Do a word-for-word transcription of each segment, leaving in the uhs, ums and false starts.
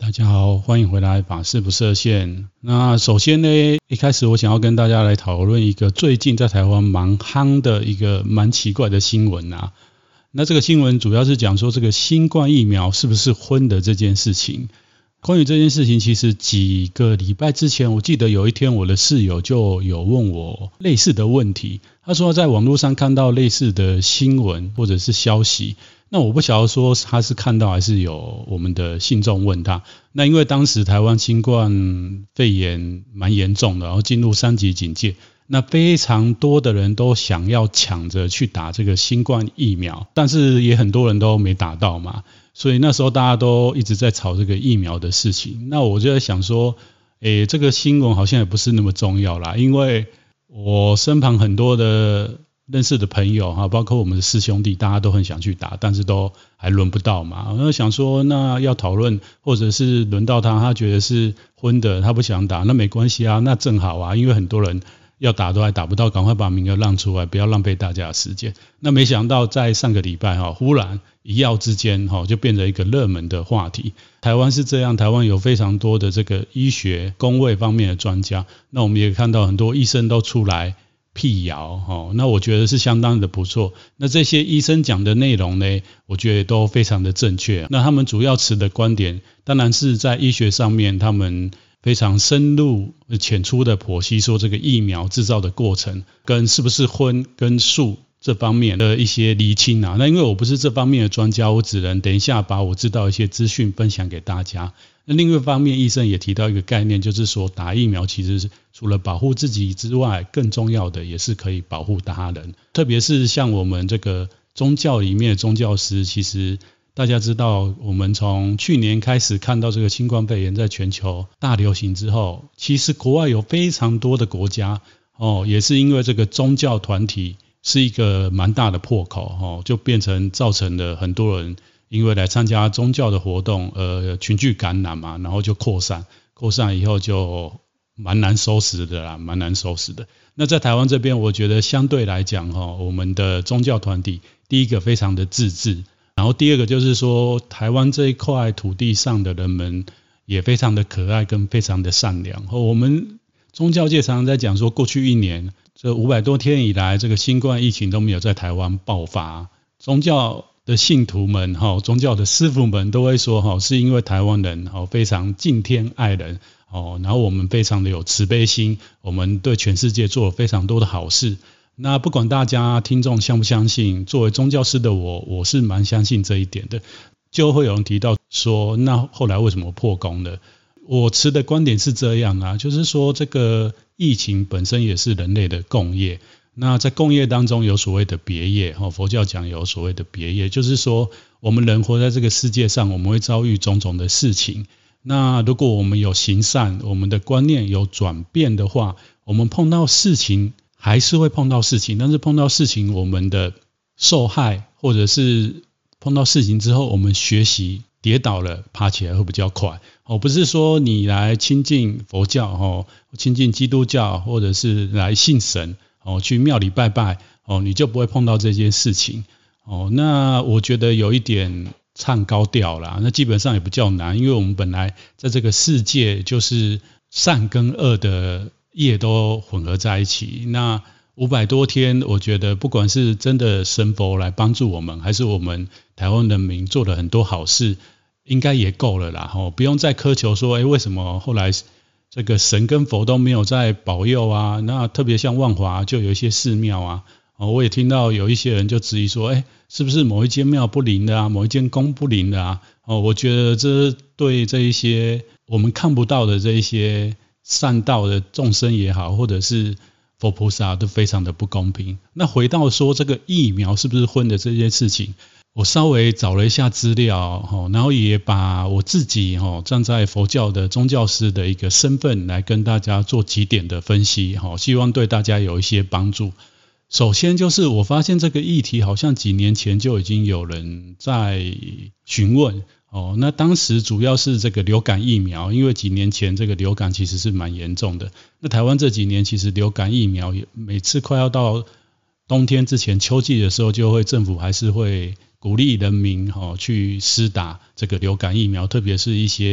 大家好，欢迎回来法视不设限。那首先呢，一开始我想要跟大家来讨论一个最近在台湾蛮夯的一个蛮奇怪的新闻啊。那这个新闻主要是讲说这个新冠疫苗是不是荤的这件事情。关于这件事情，其实几个礼拜之前，我记得有一天我的室友就有问我类似的问题。他说在网络上看到类似的新闻或者是消息，那我不晓得说他是看到还是有我们的信众问他。那因为当时台湾新冠肺炎蛮严重的，然后进入三级警戒，那非常多的人都想要抢着去打这个新冠疫苗，但是也很多人都没打到嘛。所以那时候大家都一直在吵这个疫苗的事情。那我就在想说，诶，这个新闻好像也不是那么重要啦，因为我身旁很多的认识的朋友哈，包括我们的师兄弟，大家都很想去打，但是都还轮不到嘛。我就想说，那要讨论或者是轮到他，他觉得是荤的，他不想打，那没关系啊，那正好啊，因为很多人要打都还打不到，赶快把名额让出来，不要浪费大家的时间。那没想到在上个礼拜哈，忽然一跃之间哈，就变成一个热门的话题。台湾是这样，台湾有非常多的这个医学公卫方面的专家，那我们也看到很多医生都出来辟谣齁，那我觉得是相当的不错。那这些医生讲的内容呢，我觉得都非常的正确。那他们主要持的观点，当然是在医学上面，他们非常深入浅出的剖析说这个疫苗制造的过程跟是不是荤跟素这方面的一些厘清啊。那因为我不是这方面的专家，我只能等一下把我知道一些资讯分享给大家。那另一方面，医生也提到一个概念，就是说打疫苗其实除了保护自己之外，更重要的也是可以保护他人。特别是像我们这个宗教里面的宗教师，其实大家知道，我们从去年开始看到这个新冠肺炎在全球大流行之后，其实国外有非常多的国家哦，也是因为这个宗教团体是一个蛮大的破口哦，就变成造成了很多人因为来参加宗教的活动，呃，群聚感染嘛，然后就扩散，扩散以后就蛮难收拾的啦，蛮难收拾的。那在台湾这边，我觉得相对来讲哈，我们的宗教团体，第一个非常的自治，然后第二个就是说，台湾这一块土地上的人们也非常的可爱跟非常的善良。我们宗教界常常在讲说，过去一年这五百多天以来，这个新冠疫情都没有在台湾爆发，宗教的信徒们齁，宗教的师父们都会说齁，是因为台湾人齁非常敬天爱人齁，然后我们非常的有慈悲心，我们对全世界做了非常多的好事。那不管大家听众相不相信，作为宗教师的我，我是蛮相信这一点的。就会有人提到说，那后来为什么破功了？我持的观点是这样啊，就是说这个疫情本身也是人类的共业。那在共业当中有所谓的别业，佛教讲有所谓的别业，就是说我们人活在这个世界上，我们会遭遇种种的事情。那如果我们有行善，我们的观念有转变的话，我们碰到事情还是会碰到事情，但是碰到事情我们的受害，或者是碰到事情之后我们学习跌倒了爬起来会比较快。哦，不是说你来亲近佛教，哦，亲近基督教，或者是来信神，哦，去庙里拜拜，哦，你就不会碰到这件事情。哦，那我觉得有一点唱高调啦，那基本上也不叫难，因为我们本来在这个世界就是善跟恶的业都混合在一起。那五百多天，我觉得不管是真的神佛来帮助我们，还是我们台湾人民做了很多好事，应该也够了啦，哦，不用再苛求说，哎，为什么后来这个神跟佛都没有在保佑啊？那特别像万华就有一些寺庙啊，哦，我也听到有一些人就质疑说，哎，是不是某一间庙不灵的啊，某一间宫不灵的啊？哦，我觉得这对这一些我们看不到的这一些善道的众生也好，或者是佛菩萨都非常的不公平。那回到说这个疫苗是不是荤的这件事情，我稍微找了一下资料，然后也把我自己站在佛教的宗教师的一个身份来跟大家做几点的分析，希望对大家有一些帮助。首先就是我发现这个议题好像几年前就已经有人在询问，哦，那当时主要是这个流感疫苗，因为几年前这个流感其实是蛮严重的。那台湾这几年其实流感疫苗也每次快要到冬天之前秋季的时候，就会政府还是会鼓励人民，哦，去施打这个流感疫苗，特别是一些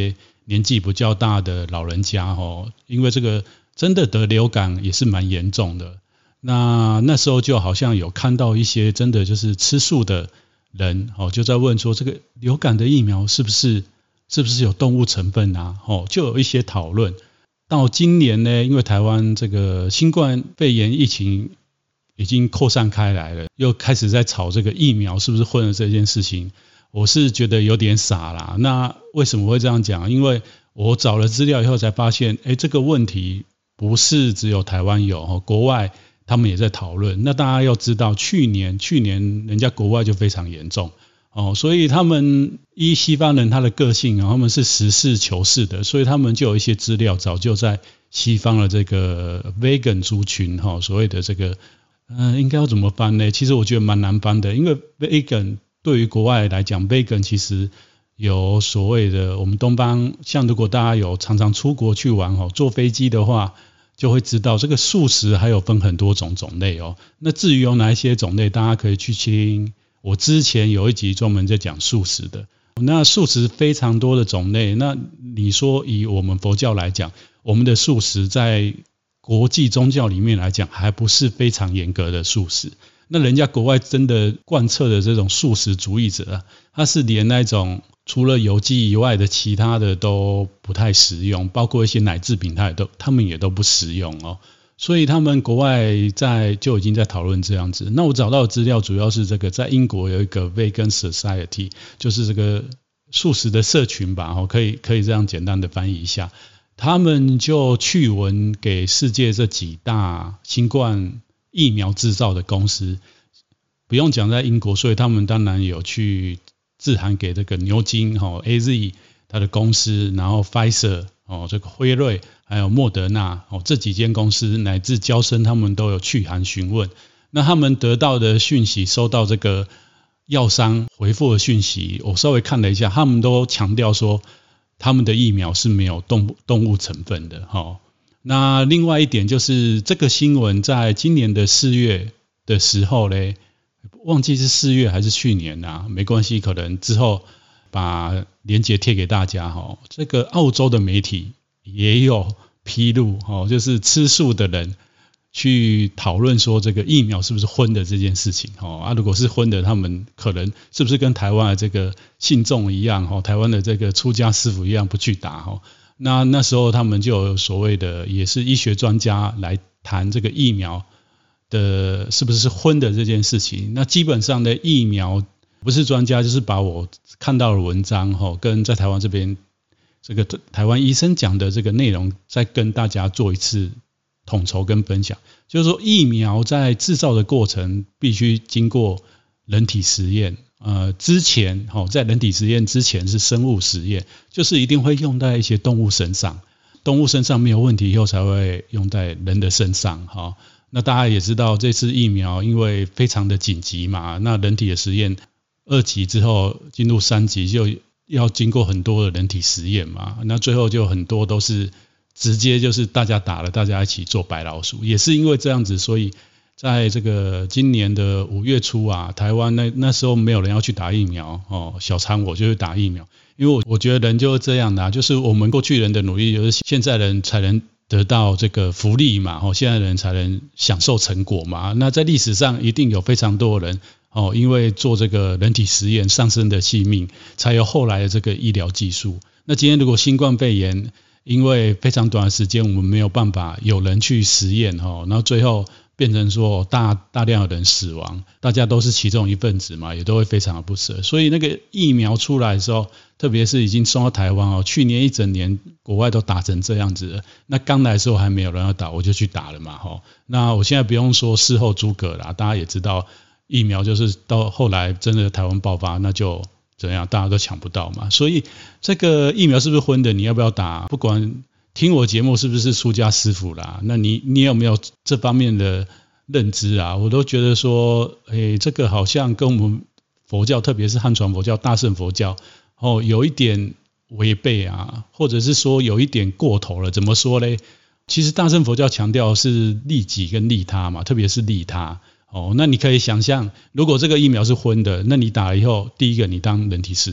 年纪比较大的老人家哦，因为这个真的得流感也是蛮严重的。那那时候就好像有看到一些真的就是吃素的人哦，就在问说这个流感的疫苗是不是是不是有动物成分啊？哦，就有一些讨论。到今年呢，因为台湾这个新冠肺炎疫情已经扩散开来了，又开始在吵这个疫苗是不是混了这件事情，我是觉得有点傻啦。那为什么会这样讲？因为我找了资料以后才发现，哎，这个问题不是只有台湾有，国外他们也在讨论。那大家要知道，去年去年人家国外就非常严重。哦，所以他们依西方人他的个性啊，他们是实事求是的，所以他们就有一些资料早就在西方的这个 vegan 族群哈，所谓的这个嗯、呃，应该要怎么翻呢？其实我觉得蛮难翻的，因为 vegan 对于国外来讲 ，vegan 其实有所谓的我们东方，像如果大家有常常出国去玩哦，坐飞机的话，就会知道这个素食还有分很多种种类哦。那至于有哪一些种类，大家可以去听。我之前有一集专门在讲素食的，那素食非常多的种类，那你说以我们佛教来讲，我们的素食在国际宗教里面来讲还不是非常严格的素食，那人家国外真的贯彻的这种素食主义者啊，他是连那种除了有机以外的其他的都不太食用，包括一些奶制品他也都他们也都不食用哦。所以他们国外在就已经在讨论这样子。那我找到的资料主要是这个，在英国有一个 Vegan Society， 就是这个素食的社群吧，可以可以这样简单的翻译一下。他们就去文给世界这几大新冠疫苗制造的公司，不用讲在英国，所以他们当然有去致函给这个牛津 A Z 它的公司，然后 Pfizer 哦，这个辉瑞还有莫德纳哦，这几间公司乃至嬌生他们都有去函询问。那他们得到的讯息，收到这个药商回复的讯息，我稍微看了一下，他们都强调说他们的疫苗是没有动动物成分的哦。那另外一点就是这个新闻在今年的四月的时候嘞，忘记是四月还是去年啊，没关系，可能之后把连结贴给大家哈。这个澳洲的媒体也有披露哈，就是吃素的人去讨论说这个疫苗是不是荤的这件事情哈。啊，如果是荤的，他们可能是不是跟台湾的这个信众一样哈，台湾的这个出家师父一样不去打哈。那那时候他们就有所谓的也是医学专家来谈这个疫苗的是不是荤的这件事情。那基本上的疫苗不是专家，就是把我看到的文章哈，跟在台湾这边这个台湾医生讲的这个内容，再跟大家做一次统筹跟分享。就是说疫苗在制造的过程必须经过人体实验，呃，之前哈，在人体实验之前是生物实验，就是一定会用在一些动物身上，动物身上没有问题以后才会用在人的身上哈。那大家也知道这次疫苗因为非常的紧急嘛，那人体的实验二级之后进入三级就要经过很多的人体实验嘛，那最后就很多都是直接就是大家打了，大家一起做白老鼠。也是因为这样子，所以在这个今年的五月初啊，台湾那那时候没有人要去打疫苗哦，小常我就去打疫苗，因为我我觉得人就是这样的啊，就是我们过去人的努力，就是现在人才能得到这个福利嘛，哦，现在人才能享受成果嘛。那在历史上一定有非常多的人哦，因为做这个人体实验丧生的性命，才有后来的这个医疗技术。那今天如果新冠肺炎，因为非常短的时间我们没有办法有人去实验哦，然后最后变成说大大量的人死亡，大家都是其中一份子嘛，也都会非常的不舍。所以那个疫苗出来的时候，特别是已经送到台湾哦，去年一整年国外都打成这样子了，那刚来的时候还没有人要打，我就去打了嘛吼。那我现在不用说事后诸葛啦，大家也知道疫苗就是到后来真的台湾爆发，那就怎样，大家都抢不到嘛。所以这个疫苗是不是荤的，你要不要打，不管听我节目是不是出家师父啦，那你你有没有这方面的认知啊？我都觉得说，诶，这个好像跟我们佛教，特别是汉传佛教、大乘佛教，哦，有一点违背啊，或者是说有一点过头了。怎么说嘞？其实大乘佛教强调是利己跟利他嘛，特别是利他。哦，那你可以想象，如果这个疫苗是荤的，那你打了以后，第一个你当人体实验，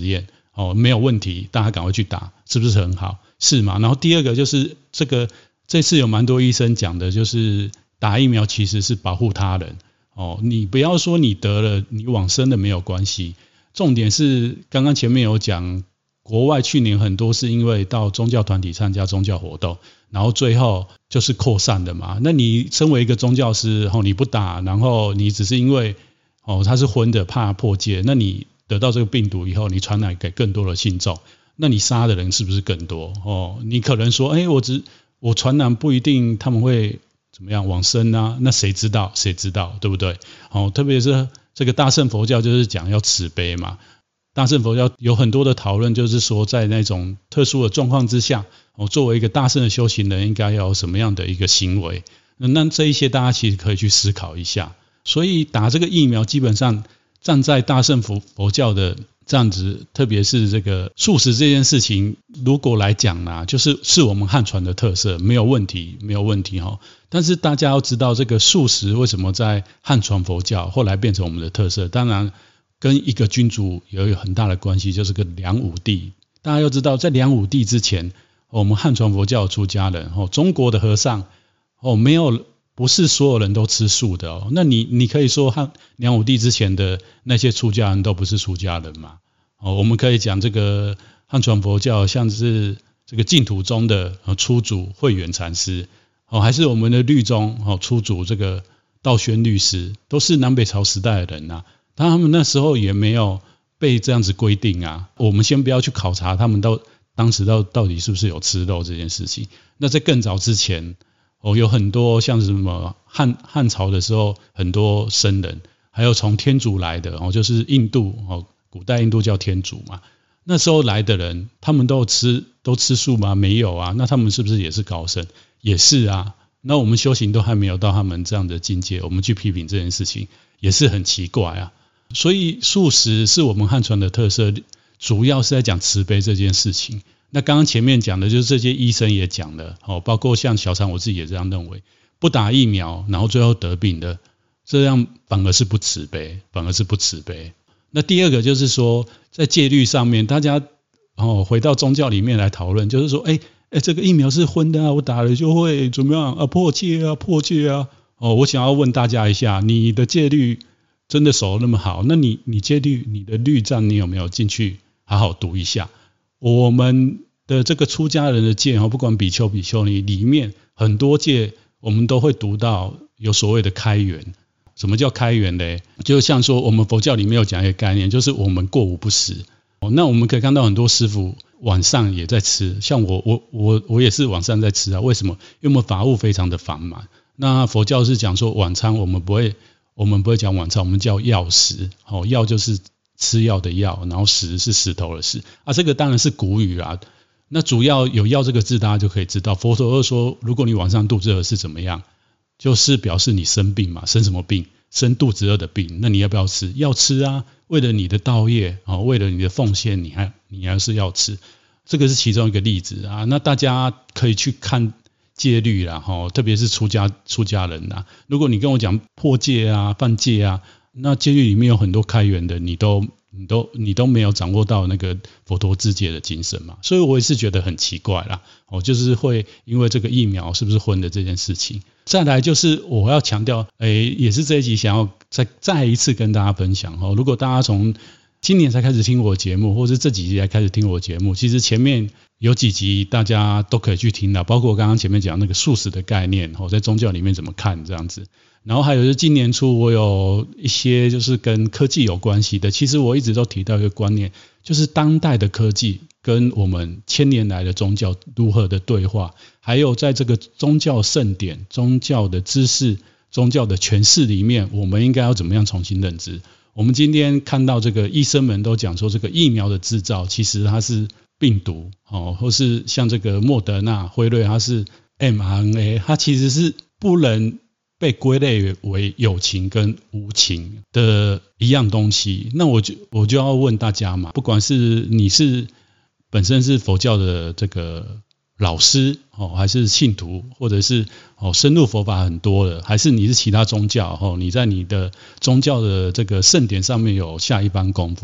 哦，没有问题，大家赶快去打，是不是很好？是嘛？然后第二个就是这个这次有蛮多医生讲的，就是打疫苗其实是保护他人哦，你不要说你得了你往生的没有关系，重点是刚刚前面有讲，国外去年很多是因为到宗教团体参加宗教活动，然后最后就是扩散的嘛。那你身为一个宗教师，哦，你不打，然后你只是因为哦他是荤的怕破戒，那你得到这个病毒以后，你传染给更多的信众，那你杀的人是不是更多？哦，你可能说，哎，我只我传染不一定他们会怎么样往生啊？那谁知道？谁知道，对不对？哦，特别是这个大乘佛教就是讲要慈悲嘛。大乘佛教有很多的讨论，就是说在那种特殊的状况之下，哦，作为一个大乘的修行人，应该要有什么样的一个行为？那这一些大家其实可以去思考一下。所以打这个疫苗，基本上站在大乘佛佛教的这样子，特别是这个素食这件事情，如果来讲呢，就是是我们汉传的特色，没有问题，没有问题哈。但是大家要知道，这个素食为什么在汉传佛教后来变成我们的特色？当然跟一个君主也有很大的关系，就是个梁武帝。大家要知道，在梁武帝之前，我们汉传佛教出家人，中国的和尚，没有不是所有人都吃素的哦。那你你可以说汉梁武帝之前的那些出家人都不是出家人嘛？哦，我们可以讲这个汉传佛教，像是这个净土宗的初祖慧远禅师，哦，还是我们的律宗哦初祖这个道宣律师，都是南北朝时代的人啊。但他们那时候也没有被这样子规定啊。我们先不要去考察他们到当时到到底是不是有吃肉这件事情。那在更早之前，哦，有很多像什么汉汉朝的时候，很多僧人，还有从天竺来的哦，就是印度哦，古代印度叫天竺嘛。那时候来的人，他们都吃都吃素吗？没有啊。那他们是不是也是高僧？也是啊。那我们修行都还没有到他们这样的境界，我们去批评这件事情也是很奇怪啊。所以素食是我们汉传的特色，主要是在讲慈悲这件事情。那刚刚前面讲的就是这些医生也讲了，包括像小常我自己也这样认为，不打疫苗然后最后得病的，这样反而是不慈悲，反而是不慈悲。那第二个就是说，在戒律上面，大家哦回到宗教里面来讨论，就是说，哎哎，这个疫苗是荤的啊，我打了就会怎么样啊？破戒啊，破戒啊。哦，我想要问大家一下，你的戒律真的守得那么好？那你你戒律你的律藏你有没有进去好好读一下？我们的这个出家人的戒，不管比丘比丘尼里面很多戒，我们都会读到有所谓的开元。什么叫开元呢？就像说我们佛教里面有讲一个概念，就是我们过午不食。那我们可以看到很多师父晚上也在吃，像我我我我也是晚上在吃啊。为什么？因为我们法务非常的繁忙。那佛教是讲说晚餐我们不会我们不会讲晚餐，我们叫药食。哦，药就是吃药的药，然后石是石头的石啊，这个当然是古语啊。那主要有药这个字，大家就可以知道，佛陀说，如果你晚上肚子饿是怎么样，就是表示你生病嘛，生什么病？生肚子饿的病。那你要不要吃？要吃啊，为了你的道业啊，为了你的奉献，你还你还是要吃。这个是其中一个例子啊。那大家可以去看戒律啦，哈，特别是出家出家人啦。如果你跟我讲破戒啊、犯戒啊，那戒律里面有很多开源的，你都你都你都没有掌握到那个佛陀自戒的精神嘛，所以我也是觉得很奇怪啦。哦，就是会因为这个疫苗是不是荤的这件事情。再来就是我要强调，诶，也是这一集想要再再一次跟大家分享哦。如果大家从今年才开始听我节目，或是这几集才开始听我节目，其实前面有几集大家都可以去听的，包括我刚刚前面讲那个素食的概念，在宗教里面怎么看这样子。然后还有就是今年初我有一些就是跟科技有关系的，其实我一直都提到一个观念，就是当代的科技跟我们千年来的宗教如何的对话，还有在这个宗教圣典、宗教的知识、宗教的诠释里面，我们应该要怎么样重新认知。我们今天看到这个医生们都讲说，这个疫苗的制造其实它是病毒，哦，或是像这个莫德纳、辉瑞，它是 M R N A， 它其实是不能被归类为有情跟无情的一样东西。那我就我就要问大家嘛，不管是你是本身是佛教的这个老师哦，还是信徒，或者是哦深入佛法很多的，还是你是其他宗教哦，你在你的宗教的这个圣典上面有下一番功夫，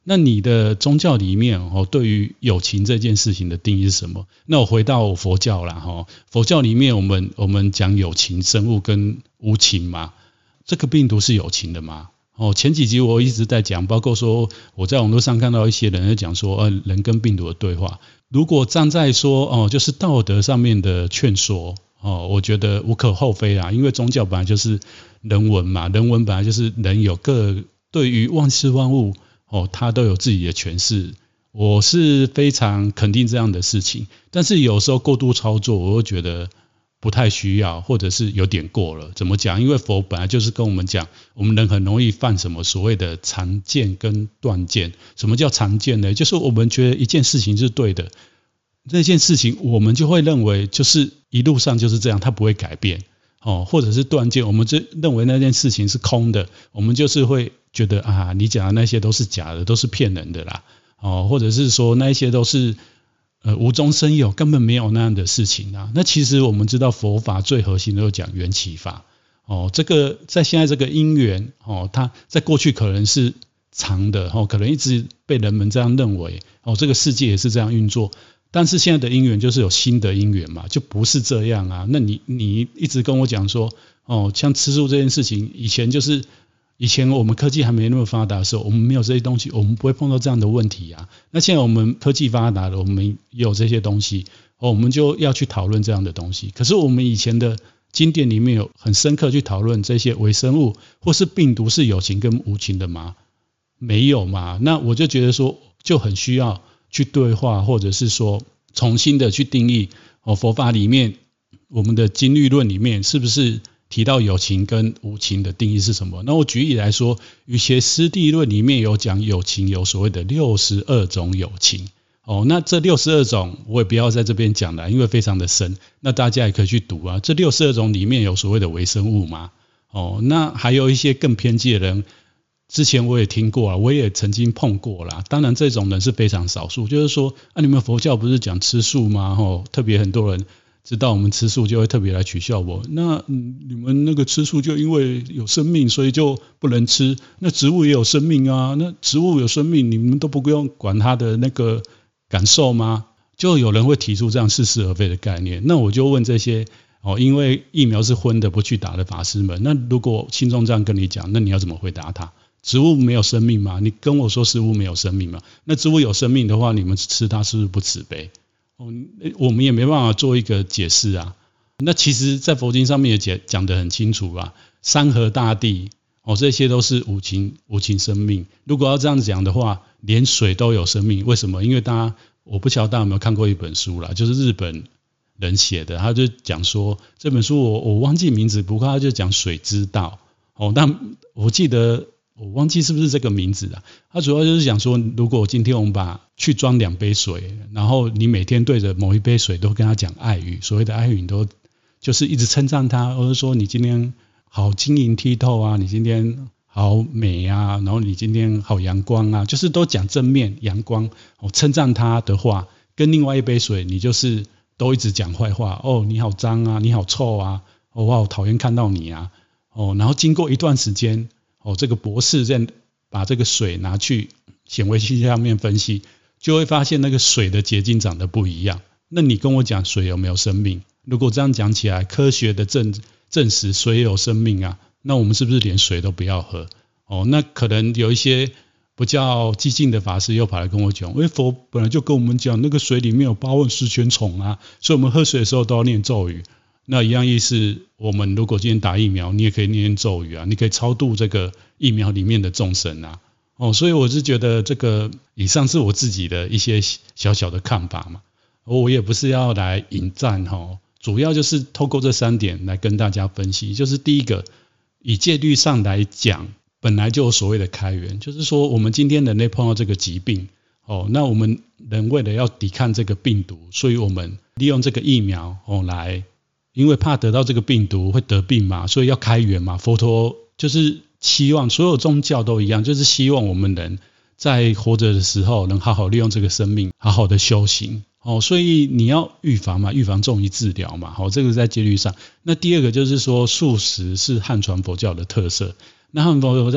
那你的宗教里面哦，对于友情这件事情的定义是什么？那我回到佛教啦哈，佛教里面我们我们讲有情生物跟无情嘛，这个病毒是有情的吗？哦，前几集我一直在讲，包括说我在网络上看到一些人在讲说，呃，人跟病毒的对话。如果站在说哦，就是道德上面的劝说，哦，我觉得无可厚非啊，因为宗教本来就是人文嘛，人文本来就是人有各对于万事万物哦，他都有自己的诠释。我是非常肯定这样的事情，但是有时候过度操作，我会觉得不太需要，或者是有点过了。怎么讲？因为佛本来就是跟我们讲，我们人很容易犯什么所谓的常见跟断见。什么叫常见呢？就是我们觉得一件事情是对的，那件事情我们就会认为就是一路上就是这样，它不会改变。哦，或者是断见，我们就认为那件事情是空的，我们就是会觉得啊，你讲的那些都是假的，都是骗人的啦。哦，或者是说那一些都是呃无中生有，根本没有那样的事情啊。那其实我们知道佛法最核心的就讲缘起法。哦，这个在现在这个因缘，哦，它在过去可能是长的，哦，可能一直被人们这样认为，哦，这个世界也是这样运作。但是现在的因缘就是有新的因缘嘛，就不是这样啊。那你你一直跟我讲说，哦，像吃素这件事情，以前就是以前我们科技还没那么发达的时候，我们没有这些东西，我们不会碰到这样的问题啊。那现在我们科技发达了，我们也有这些东西，哦，我们就要去讨论这样的东西。可是我们以前的经典里面有很深刻去讨论这些微生物或是病毒是有情跟无情的吗？没有嘛。那我就觉得说，就很需要去对话，或者是说重新的去定义哦，佛法里面我们的经律论里面是不是提到有情跟无情的定义是什么？那我举例来说，瑜伽师地论里面有讲有情，有所谓的六十二种有情。哦，那这六十二种我也不要在这边讲了，因为非常的深，那大家也可以去读啊。这六十二种里面有所谓的微生物嘛？哦，那还有一些更偏激的人。之前我也听过啊，我也曾经碰过啦。当然这种人是非常少数，就是说啊，你们佛教不是讲吃素吗？哦，特别很多人知道我们吃素就会特别来取笑我。那、嗯、你们那个吃素就因为有生命，所以就不能吃。那植物也有生命啊，那植物有生命，你们都不用管它的那个感受吗？就有人会提出这样似是而非的概念。那我就问这些哦，因为疫苗是荤的不去打的法师们，那如果信众这样跟你讲，那你要怎么回答他？植物没有生命吗？你跟我说植物没有生命吗？那植物有生命的话，你们吃它是不是不慈悲？哦，我们也没办法做一个解释啊。那其实在佛经上面也讲得很清楚啊，山河大地哦，这些都是无情无情生命。如果要这样讲的话，连水都有生命，为什么？因为大家我不晓得大家有没有看过一本书啦，就是日本人写的，他就讲说这本书我我忘记名字，不过他就讲水之道哦，但我记得。我忘记是不是这个名字啊？它主要就是讲说，如果今天我们把去装两杯水，然后你每天对着某一杯水都跟他讲爱语，所谓的爱语你都就是一直称赞他，或者说你今天好晶莹剔透啊，你今天好美啊，然后你今天好阳光啊，就是都讲正面阳光，哦，称赞他的话，跟另外一杯水你就是都一直讲坏话，哦，你好脏啊，你好臭啊，哦，我好讨厌看到你啊，哦，然后经过一段时间。哦，这个博士在把这个水拿去显微镜下面分析，就会发现那个水的结晶长得不一样。那你跟我讲水有没有生命？如果这样讲起来，科学的证证实水有生命啊，那我们是不是连水都不要喝？哦，那可能有一些比较激进的法师又跑来跟我讲，因为佛本来就跟我们讲，那个水里面有八万四千虫啊，所以我们喝水的时候都要念咒语。那一样意思，我们如果今天打疫苗，你也可以念咒语啊，你可以超度这个疫苗里面的众生啊。哦，所以我是觉得这个以上是我自己的一些小小的看法嘛。我也不是要来引战哈，主要就是透过这三点来跟大家分析。就是第一个，以戒律上来讲，本来就有所谓的开源，就是说我们今天人类碰到这个疾病，哦，那我们人为了要抵抗这个病毒，所以我们利用这个疫苗哦来。因为怕得到这个病毒会得病嘛，所以要开源嘛。佛陀就是希望所有宗教都一样，就是希望我们人在活着的时候能好好利用这个生命，好好的修行。哦，所以你要预防嘛，预防重于治疗嘛。好，这个在戒律上。那第二个就是说，素食是汉传佛教的特色。那汉传佛教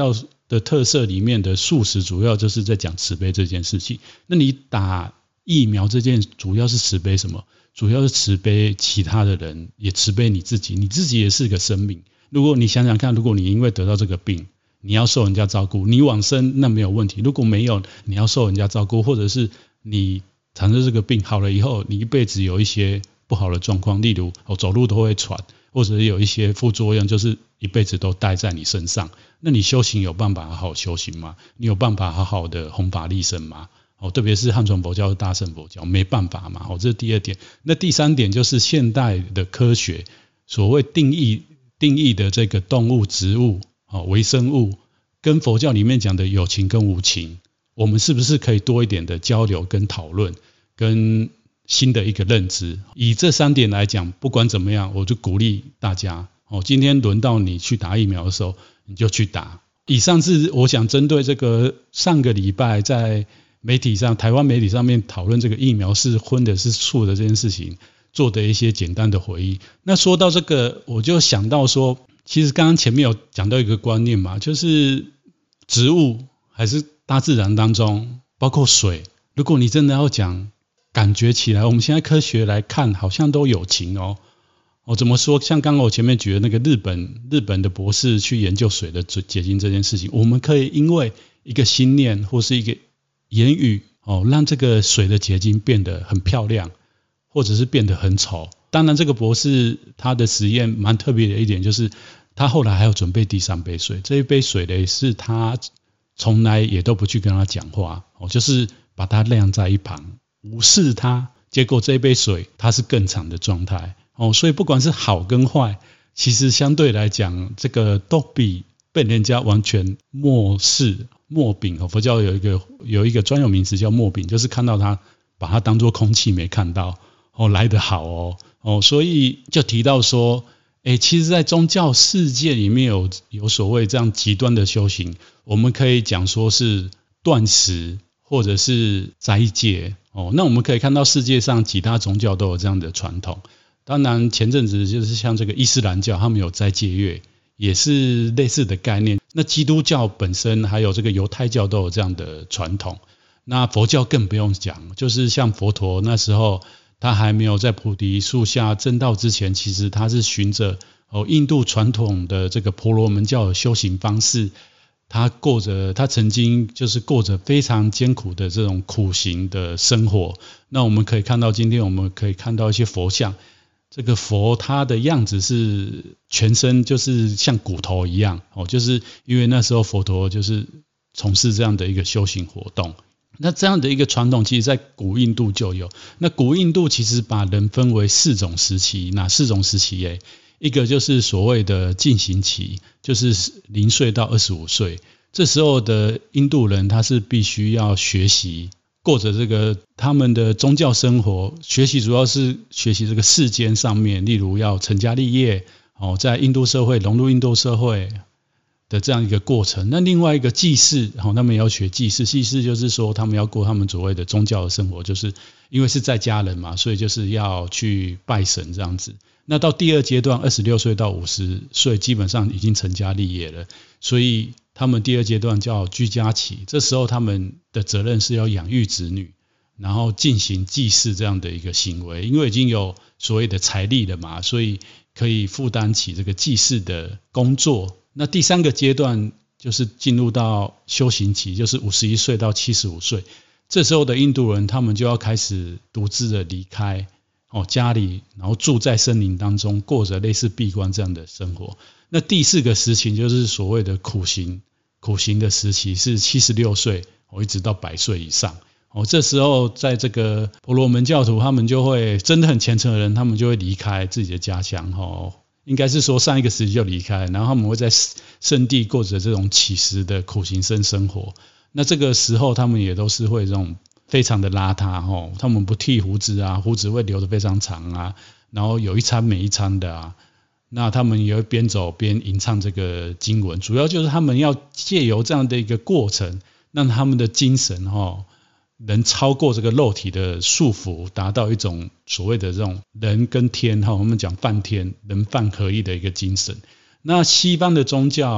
的特色里面的素食，主要就是在讲慈悲这件事情。那你打疫苗这件主要是慈悲什么？主要是慈悲其他的人，也慈悲你自己，你自己也是个生命。如果你想想看，如果你因为得到这个病，你要受人家照顾，你往生那没有问题。如果没有，你要受人家照顾，或者是你产生这个病好了以后，你一辈子有一些不好的状况，例如哦走路都会喘，或者有一些副作用，就是一辈子都带在你身上。那你修行有办法好好修行吗？你有办法好好的弘法利生吗？哦，特别是汉传佛教、大乘佛教，没办法嘛。哦，这是第二点。那第三点就是现代的科学所谓定义定义的这个动物、植物、哦微生物，跟佛教里面讲的有情跟无情，我们是不是可以多一点的交流跟讨论，跟新的一个认知？以这三点来讲，不管怎么样，我就鼓励大家。哦，今天轮到你去打疫苗的时候，你就去打。以上是我想针对这个上个礼拜在媒体上，台湾媒体上面讨论这个疫苗是荤的是素的这件事情做的一些简单的回忆。那说到这个，我就想到说，其实刚刚前面有讲到一个观念嘛，就是植物还是大自然当中，包括水，如果你真的要讲，感觉起来我们现在科学来看好像都有情哦。哦，怎么说？像刚刚我前面举的那个日本日本的博士去研究水的结晶这件事情，我们可以因为一个心念或是一个言语哦，让这个水的结晶变得很漂亮，或者是变得很丑。当然这个博士他的实验蛮特别的一点，就是他后来还有准备第三杯水，这一杯水呢是他从来也都不去跟他讲话，哦，就是把他晾在一旁无视他，结果这一杯水它是更长的状态。哦，所以不管是好跟坏，其实相对来讲，这个都比被人家完全漠视、漠秉。佛教有一个有一个专有名词叫漠秉，就是看到它，把它当作空气没看到，哦，来得好哦。哦，所以就提到说，诶，其实在宗教世界里面有有所谓这样极端的修行，我们可以讲说是断食或者是斋戒。哦，那我们可以看到世界上其他宗教都有这样的传统。当然前阵子就是像这个伊斯兰教，他们有斋戒月，也是类似的概念。那基督教本身还有这个犹太教都有这样的传统。那佛教更不用讲，就是像佛陀那时候他还没有在菩提树下证道之前，其实他是循着哦印度传统的这个婆罗门教的修行方式，他过着他曾经就是过着非常艰苦的这种苦行的生活。那我们可以看到今天我们可以看到一些佛像，这个佛他的样子是全身就是像骨头一样，哦，就是因为那时候佛陀就是从事这样的一个修行活动。那这样的一个传统其实在古印度就有。那古印度其实把人分为四种时期，哪四种时期耶？一个就是所谓的进行期，就是零岁到二十五岁，这时候的印度人他是必须要学习，过着这个他们的宗教生活，学习主要是学习这个世间上面，例如要成家立业，哦，在印度社会融入印度社会的这样一个过程。那另外一个祭祀，哦，他们也要学祭祀，祭祀就是说他们要过他们所谓的宗教的生活，就是因为是在家人嘛，所以就是要去拜神这样子。那到第二阶段，二十六岁到五十岁，基本上已经成家立业了，所以他们第二阶段叫居家期，这时候他们的责任是要养育子女，然后进行祭祀这样的一个行为，因为已经有所谓的财力了嘛，所以可以负担起这个祭祀的工作。那第三个阶段就是进入到修行期，就是五十一岁到七十五岁，这时候的印度人他们就要开始独自的离开哦家里，然后住在森林当中，过着类似闭关这样的生活。那第四个时期就是所谓的苦行，苦行的时期是七十六岁哦一直到百岁以上。哦，这时候在这个婆罗门教徒他们就会真的很虔诚的人，他们就会离开自己的家乡，哦，应该是说上一个时期就离开，然后他们会在圣地过着这种乞食的苦行僧生活。那这个时候他们也都是会这种非常的邋遢，哦，他们不剃胡子啊，胡子会留得非常长啊，然后有一餐没一餐的啊。那他们也会边走边吟唱这个经文，主要就是他们要借由这样的一个过程，让他们的精神哦能超过这个肉体的束缚，达到一种所谓的这种人跟天，我们讲梵天人梵合一的一个精神。那西方的宗教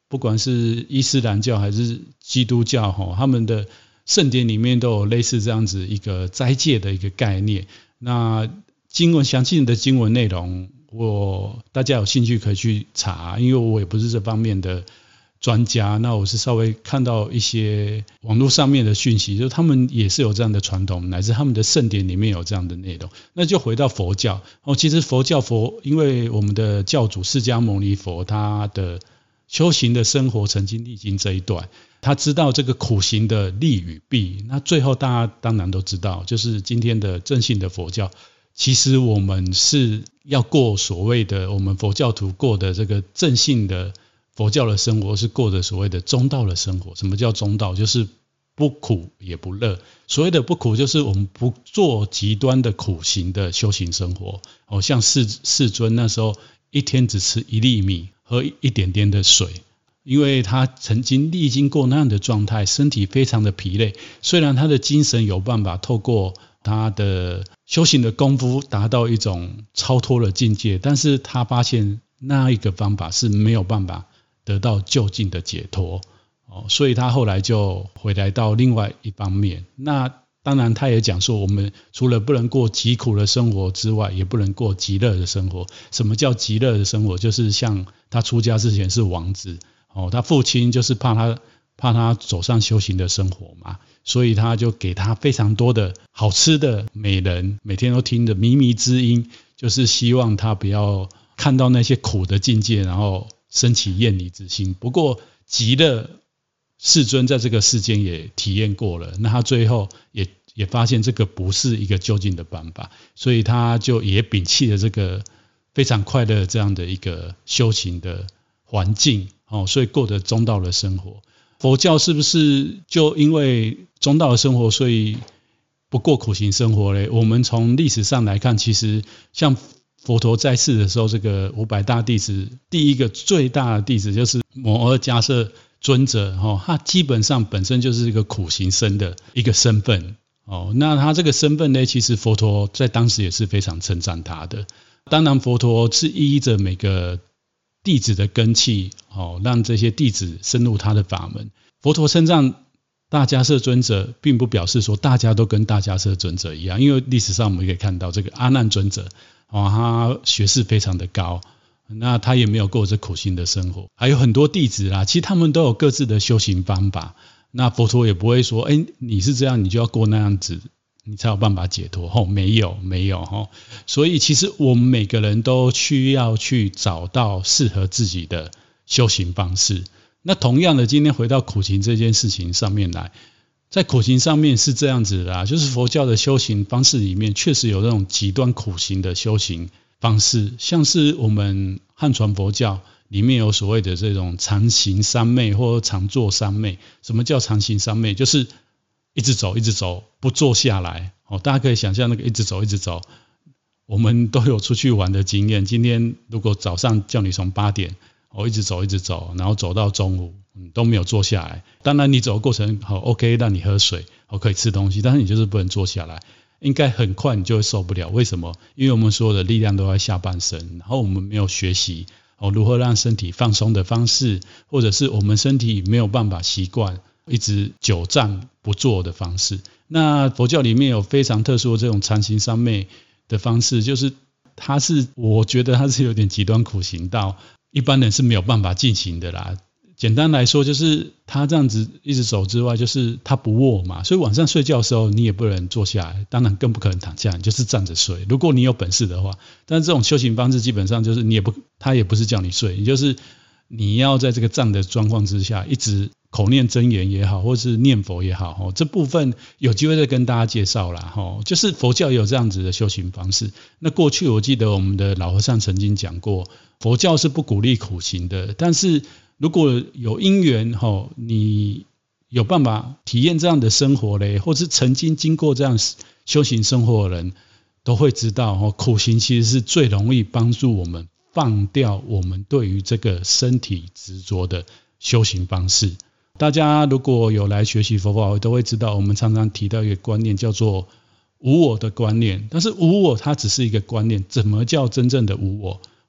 不管是伊斯兰教还是基督教哈，他们的圣典里面都有类似这样子一个斋戒的一个概念。那经文详细的经文内容，我大家有兴趣可以去查，因为我也不是这方面的专家，那我是稍微看到一些网络上面的讯息，就是他们也是有这样的传统，乃至他们的圣典里面有这样的内容。那就回到佛教哦，其实佛教佛，因为我们的教主释迦牟尼佛他的修行的生活曾经历经这一段，他知道这个苦行的利与弊。那最后大家当然都知道，就是今天的正信的佛教，其实我们是要过所谓的我们佛教徒过的这个正信的佛教的生活，是过的所谓的中道的生活。什么叫中道？就是不苦也不乐。所谓的不苦，就是我们不做极端的苦行的修行生活。哦，像世世尊那时候一天只吃一粒米，喝一点点的水，因为他曾经历经过那样的状态，身体非常的疲累。虽然他的精神有办法透过他的修行的功夫达到一种超脱的境界，但是他发现那一个方法是没有办法得到究竟的解脱，哦，所以他后来就回来到另外一方面。那当然他也讲说，我们除了不能过极苦的生活之外，也不能过极乐的生活。什么叫极乐的生活？就是像他出家之前是王子，哦，他父亲就是怕他怕他走上修行的生活嘛，所以他就给他非常多的好吃的美人，每天都听着靡靡之音，就是希望他不要看到那些苦的境界，然后升起厌离之心。不过极乐世尊在这个世间也体验过了，那他最后也也发现这个不是一个究竟的办法，所以他就也摒弃了这个非常快乐这样的一个修行的环境，哦，所以过着中道的生活。佛教是不是就因为中道的生活，所以不过苦行生活呢？我们从历史上来看，其实像佛陀在世的时候，这个五百大弟子第一个最大的弟子就是摩诃迦叶尊者，哦，他基本上本身就是一个苦行僧的一个身份，哦，那他这个身份呢，其实佛陀在当时也是非常称赞他的。当然佛陀是依着每个弟子的根器，哦，让这些弟子深入他的法门。佛陀称赞大迦叶尊者，并不表示说大家都跟大迦叶尊者一样，因为历史上我们可以看到这个阿难尊者，哦，他学识非常的高，那他也没有过着苦行的生活。还有很多弟子啦，其实他们都有各自的修行方法，那佛陀也不会说，哎，你是这样你就要过那样子你才有办法解脱，哦，没有没有，哦，所以其实我们每个人都需要去找到适合自己的修行方式。那同样的，今天回到苦行这件事情上面来，在苦行上面是这样子的啦，就是佛教的修行方式里面确实有那种极端苦行的修行方式，像是我们汉传佛教里面有所谓的这种常行三昧或常坐三昧。什么叫常行三昧？就是一直走一直走不坐下来，哦，大家可以想象那个一直走一直走，我们都有出去玩的经验。今天如果早上叫你从八点哦一直走一直走，然后走到中午，嗯，都没有坐下来。当然你走的过程好 OK， 让你喝水，哦，可以吃东西，但是你就是不能坐下来，应该很快你就会受不了。为什么？因为我们所有的力量都在下半身，然后我们没有学习，哦，如何让身体放松的方式，或者是我们身体没有办法习惯一直久站不坐的方式。那佛教里面有非常特殊的这种常行三昧的方式，就是它是我觉得它是有点极端苦行到一般人是没有办法进行的啦。简单来说就是他这样子一直走之外，就是他不卧嘛，所以晚上睡觉的时候你也不能坐下来，当然更不可能躺下，你就是站着睡，如果你有本事的话。但是这种修行方式基本上就是你也不，他也不是叫你睡，你就是你要在这个站的状况之下一直口念真言也好，或是念佛也好，这部分有机会再跟大家介绍啦。就是佛教也有这样子的修行方式。那过去我记得我们的老和尚曾经讲过，佛教是不鼓励苦行的，但是如果有因缘，你有办法体验这样的生活嘞，或是曾经经过这样修行生活的人都会知道，苦行其实是最容易帮助我们放掉我们对于这个身体执着的修行方式。大家如果有来学习佛法，都会知道我们常常提到一个观念叫做无我的观念，但是无我它只是一个观念，怎么叫真正的无我？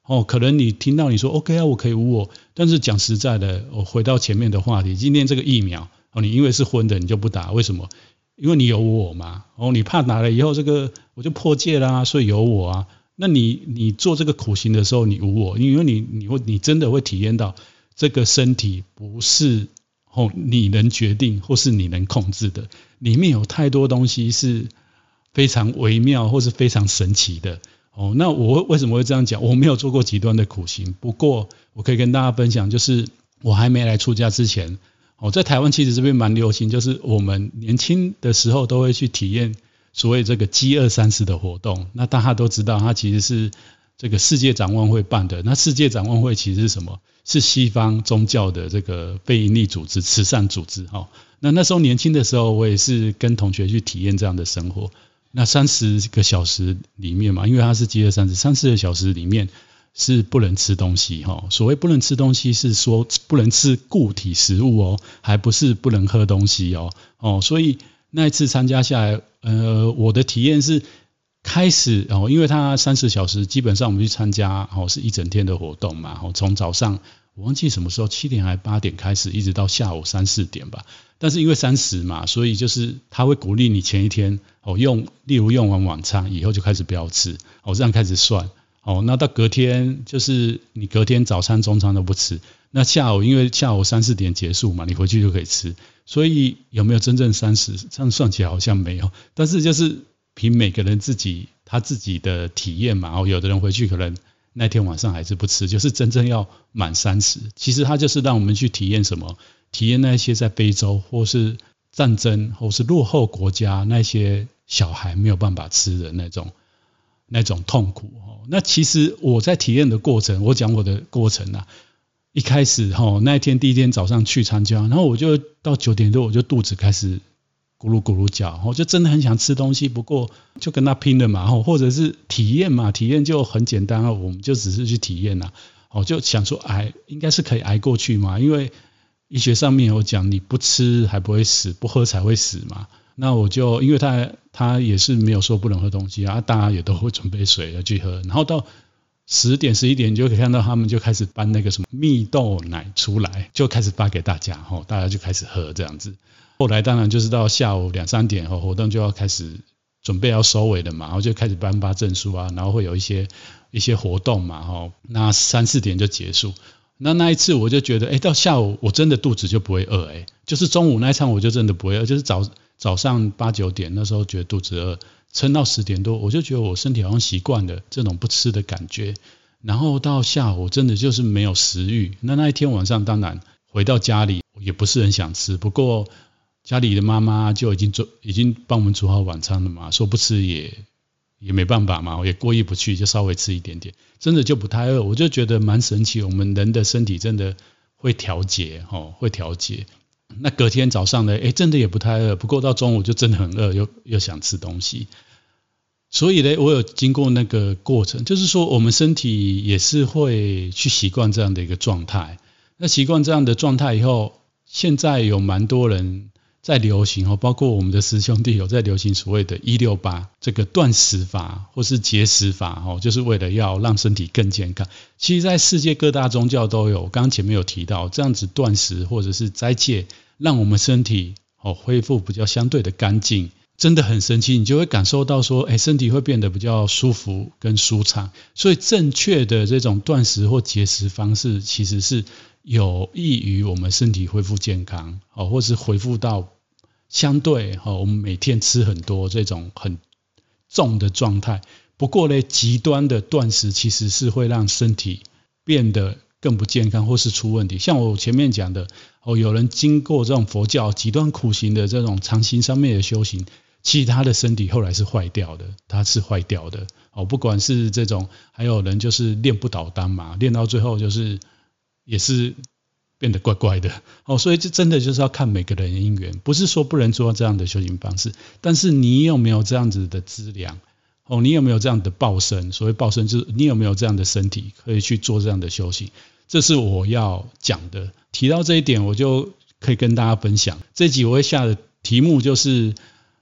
哦，可能你听到你说 OK 啊，我可以无我，但是讲实在的，我回到前面的话题，今天这个疫苗，哦，你因为是荤的，你就不打，为什么？因为你有我嘛，哦，你怕打了以后这个我就破戒啦，所以有我啊。那你你做这个苦行的时候，你无我，因为你你会你真的会体验到这个身体不是哦你能决定或是你能控制的，里面有太多东西是非常微妙或是非常神奇的。哦，那我为什么会这样讲？我没有做过极端的苦行，不过我可以跟大家分享，就是我还没来出家之前，哦，在台湾其实这边蛮流行，就是我们年轻的时候都会去体验所谓这个饥饿三十的活动。那大家都知道，它其实是这个世界展望会办的。那世界展望会其实是什么？是西方宗教的这个非营利组织、慈善组织。哦，那那时候年轻的时候，我也是跟同学去体验这样的生活。那三十个小时里面嘛，因为它是饥饿三十，三十个小时里面是不能吃东西哈。所谓不能吃东西，是说不能吃固体食物哦，还不是不能喝东西哦。哦，所以那一次参加下来，呃，我的体验是开始哦，因为它三十小时，基本上我们去参加哦是一整天的活动嘛，哦，从早上我忘记什么时候七点还八点开始，一直到下午三四点吧。但是因为三十嘛，所以就是他会鼓励你前一天哦用，例如用完晚餐以后就开始不要吃，哦这样开始算，哦那到隔天就是你隔天早餐中餐都不吃，那下午因为下午三四点结束嘛，你回去就可以吃，所以有没有真正三十？这样算起来好像没有，但是就是凭每个人自己他自己的体验嘛，哦有的人回去可能那天晚上还是不吃，就是真正要满三十，其实他就是让我们去体验什么？体验那些在非洲或是战争或是落后国家那些小孩没有办法吃的那种那种痛苦。那其实我在体验的过程，我讲我的过程啊，一开始那一天第一天早上去参加，然后我就到九点多我就肚子开始咕噜咕噜叫，我就真的很想吃东西，不过就跟他拼了嘛，或者是体验嘛，体验就很简单，我们就只是去体验啊，就想说挨应该是可以挨过去嘛，因为医学上面有讲，你不吃还不会死，不喝才会死嘛。那我就因为他他也是没有说不能喝东西啊，大家也都会准备水要去喝。然后到十点十一点，你就可以看到他们就开始搬那个什么蜜豆奶出来，就开始发给大家，大家就开始喝这样子。后来当然就是到下午两三点活动就要开始准备要收尾了嘛，然后就开始颁发证书啊，然后会有一些一些活动嘛，那三四点就结束。那那一次我就觉得，哎，到下午我真的肚子就不会饿，哎，就是中午那一餐我就真的不会饿，就是早早上八九点那时候觉得肚子饿，撑到十点多，我就觉得我身体好像习惯了这种不吃的感觉，然后到下午真的就是没有食欲。那那一天晚上当然回到家里也不是很想吃，不过家里的妈妈就已经做已经帮我们煮好晚餐了嘛，说不吃也也没办法嘛，也过意不去，就稍微吃一点点，真的就不太饿。我就觉得蛮神奇，我们人的身体真的会调节，哦，会调节。那隔天早上呢，哎，真的也不太饿，不过到中午就真的很饿，又又想吃东西。所以呢，我有经过那个过程，就是说我们身体也是会去习惯这样的一个状态。那习惯这样的状态以后，现在有蛮多人在流行，包括我们的师兄弟有在流行所谓的一六八这个断食法或是节食法，就是为了要让身体更健康。其实在世界各大宗教都有，刚刚前面有提到这样子断食或者是斋戒，让我们身体恢复比较相对的干净，真的很神奇，你就会感受到说，哎，身体会变得比较舒服跟舒畅。所以正确的这种断食或节食方式其实是有益于我们身体恢复健康，或是恢复到相对我们每天吃很多这种很重的状态。不过呢，极端的断食其实是会让身体变得更不健康或是出问题。像我前面讲的，有人经过这种佛教极端苦行的这种长行上面的修行，其实他的身体后来是坏掉的，他是坏掉的。不管是这种，还有人就是练不倒单嘛，练到最后就是也是变得怪怪的，所以这真的就是要看每个人的因缘，不是说不能做这样的修行方式，但是你有没有这样子的资粮，你有没有这样的报身，所谓报身就是你有没有这样的身体可以去做这样的修行，这是我要讲的。提到这一点，我就可以跟大家分享，这一集我会下的题目就是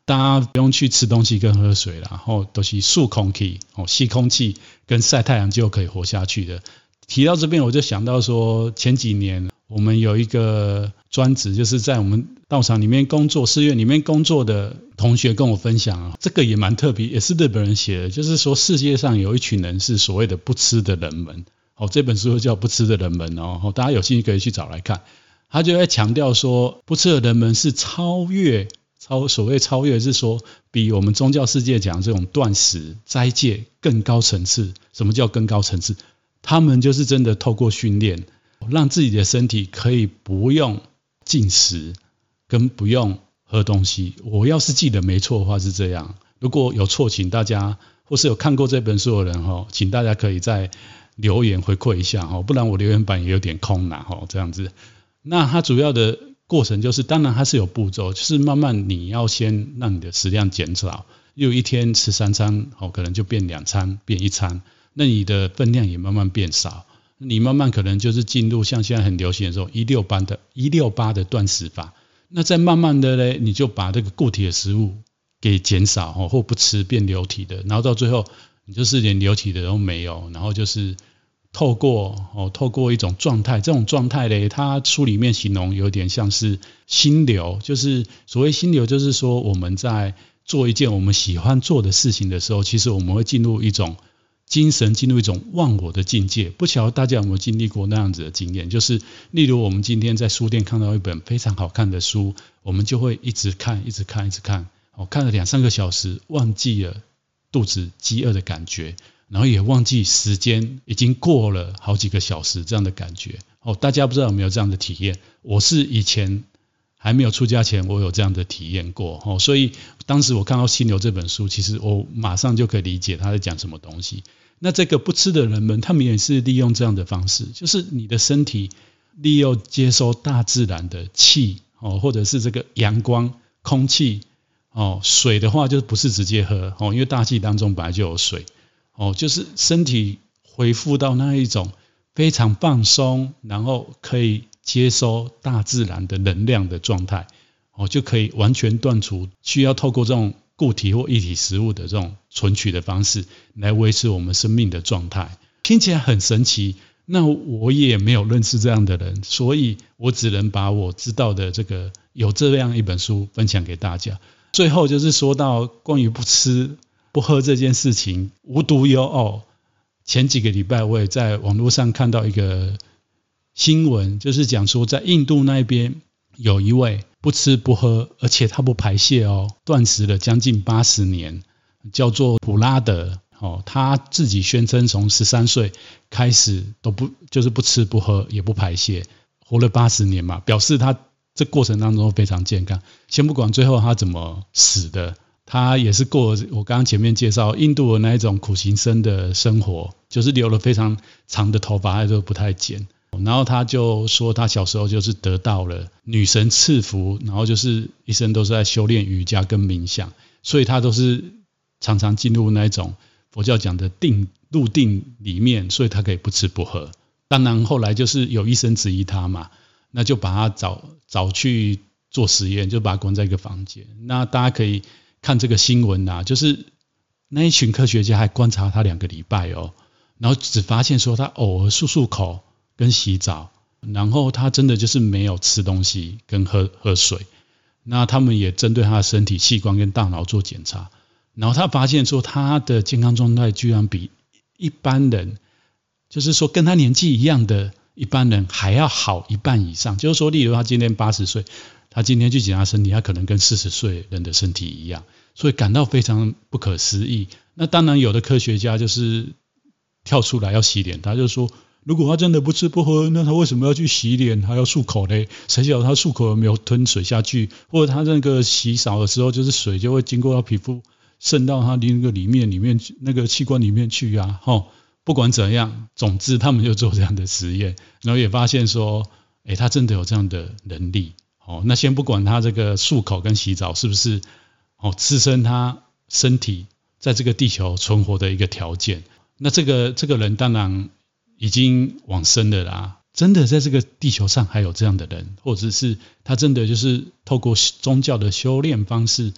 大家不用去吃东西跟喝水啦，然后都是吸空气，哦，吸空气跟晒太阳就可以活下去的。提到这边我就想到说，前几年我们有一个专职，就是在我们道场里面工作，寺院里面工作的同学跟我分享啊，这个也蛮特别，也是日本人写的，就是说世界上有一群人是所谓的不吃的人们。哦，这本书叫《不吃的人们》哦，大家有兴趣可以去找来看。他就在强调说，不吃的人们是超越，超所谓超越是说，比我们宗教世界讲这种断食、斋戒更高层次。什么叫更高层次？他们就是真的透过训练，让自己的身体可以不用进食，跟不用喝东西。我要是记得没错的话是这样，如果有错，请大家或是有看过这本书的人哈，请大家可以在留言回馈一下哈，不然我留言板也有点空啦哈，这样子。那它主要的过程就是，当然它是有步骤，就是慢慢你要先让你的食量减少，例如一天吃三餐，可能就变两餐，变一餐。那你的分量也慢慢变少，你慢慢可能就是进入像现在很流行的时候一六八的一六八的断食法。那再慢慢的呢，你就把这个固体的食物给减少或不吃，变流体的，然后到最后你就是连流体的都没有，然后就是透过哦透过一种状态，这种状态呢，它书里面形容有点像是心流，就是所谓心流，就是说我们在做一件我们喜欢做的事情的时候，其实我们会进入一种精神，进入一种忘我的境界。不晓得大家有没有经历过那样子的经验，就是例如我们今天在书店看到一本非常好看的书，我们就会一直看一直看一直看，哦，看了两三个小时，忘记了肚子饥饿的感觉，然后也忘记时间已经过了好几个小时这样的感觉。哦，大家不知道有没有这样的体验？我是以前还没有出家前，我有这样的体验过。哦，所以当时我看到《心流》这本书，其实我马上就可以理解他在讲什么东西。那这个不吃的人们，他们也是利用这样的方式，就是你的身体利用接收大自然的气，哦，或者是这个阳光、空气，哦，水的话就不是直接喝，哦，因为大气当中本来就有水，哦，就是身体恢复到那一种非常放松，然后可以接收大自然的能量的状态，哦，就可以完全断除需要透过这种固体或液体食物的这种存取的方式来维持我们生命的状态。听起来很神奇，那我也没有认识这样的人，所以我只能把我知道的这个有这样一本书分享给大家。最后就是说到关于不吃不喝这件事情，无独有偶，前几个礼拜我也在网络上看到一个新闻，就是讲说在印度那边有一位不吃不喝，而且他不排泄哦，断食了将近八十年，叫做普拉德。哦，他自己宣称从十三岁开始都不就是不吃不喝也不排泄，活了八十年嘛，表示他这过程当中非常健康。先不管最后他怎么死的，他也是过了我刚刚前面介绍印度的那一种苦行僧的生活，就是留了非常长的头发，还都不太剪。然后他就说他小时候就是得到了女神赐福，然后就是一生都是在修炼瑜伽跟冥想，所以他都是常常进入那一种佛教讲的定入定里面，所以他可以不吃不喝。当然后来就是有医生质疑他嘛，那就把他找找去做实验，就把他关在一个房间。那大家可以看这个新闻啊，就是那一群科学家还观察他两个礼拜哦，然后只发现说他偶尔漱漱口跟洗澡，然后他真的就是没有吃东西跟喝喝水。那他们也针对他的身体器官跟大脑做检查，然后他发现说他的健康状态居然比一般人，就是说跟他年纪一样的一般人还要好一半以上。就是说例如他今天八十岁，他今天去检查身体，他可能跟四十岁人的身体一样，所以感到非常不可思议。那当然有的科学家就是跳出来要洗脸，他就说如果他真的不吃不喝，那他为什么要去洗脸还要漱口呢？谁晓得他漱口有没有吞水下去，或者他那个洗澡的时候就是水就会经过他皮肤渗到他那个里面里面那个器官里面去啊。齁，不管怎样，总之他们就做这样的实验，然后也发现说诶他真的有这样的能力。哦，那先不管他这个漱口跟洗澡是不是哦支撑他身体在这个地球存活的一个条件，那这个这个人当然已经往生了啦。真的在这个地球上还有这样的人，或者是他真的就是透过宗教的修炼方式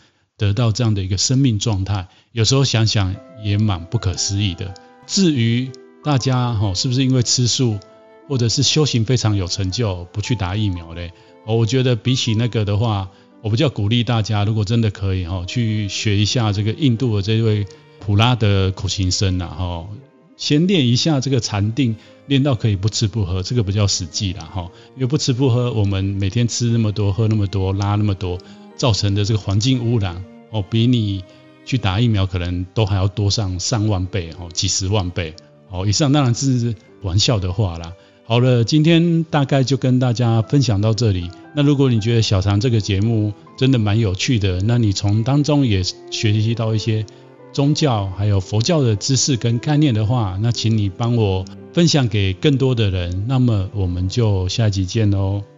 得到这样的一个生命状态，有时候想想也蛮不可思议的。至于大家、哦、是不是因为吃素或者是修行非常有成就不去打疫苗嘞、哦、我觉得比起那个的话，我比较鼓励大家，如果真的可以、哦、去学一下这个印度的这位普拉的苦行僧啊、哦、先练一下这个禅定，练到可以不吃不喝，这个比较实际啦、哦、因为不吃不喝，我们每天吃那么多喝那么多拉那么多，造成的这个环境污染、哦、比你去打疫苗可能都还要多上上万倍、哦、几十万倍、哦、以上当然是玩笑的话啦。好了，今天大概就跟大家分享到这里。那如果你觉得小常这个节目真的蛮有趣的，那你从当中也学习到一些宗教还有佛教的知识跟概念的话，那请你帮我分享给更多的人。那么我们就下一集见咯。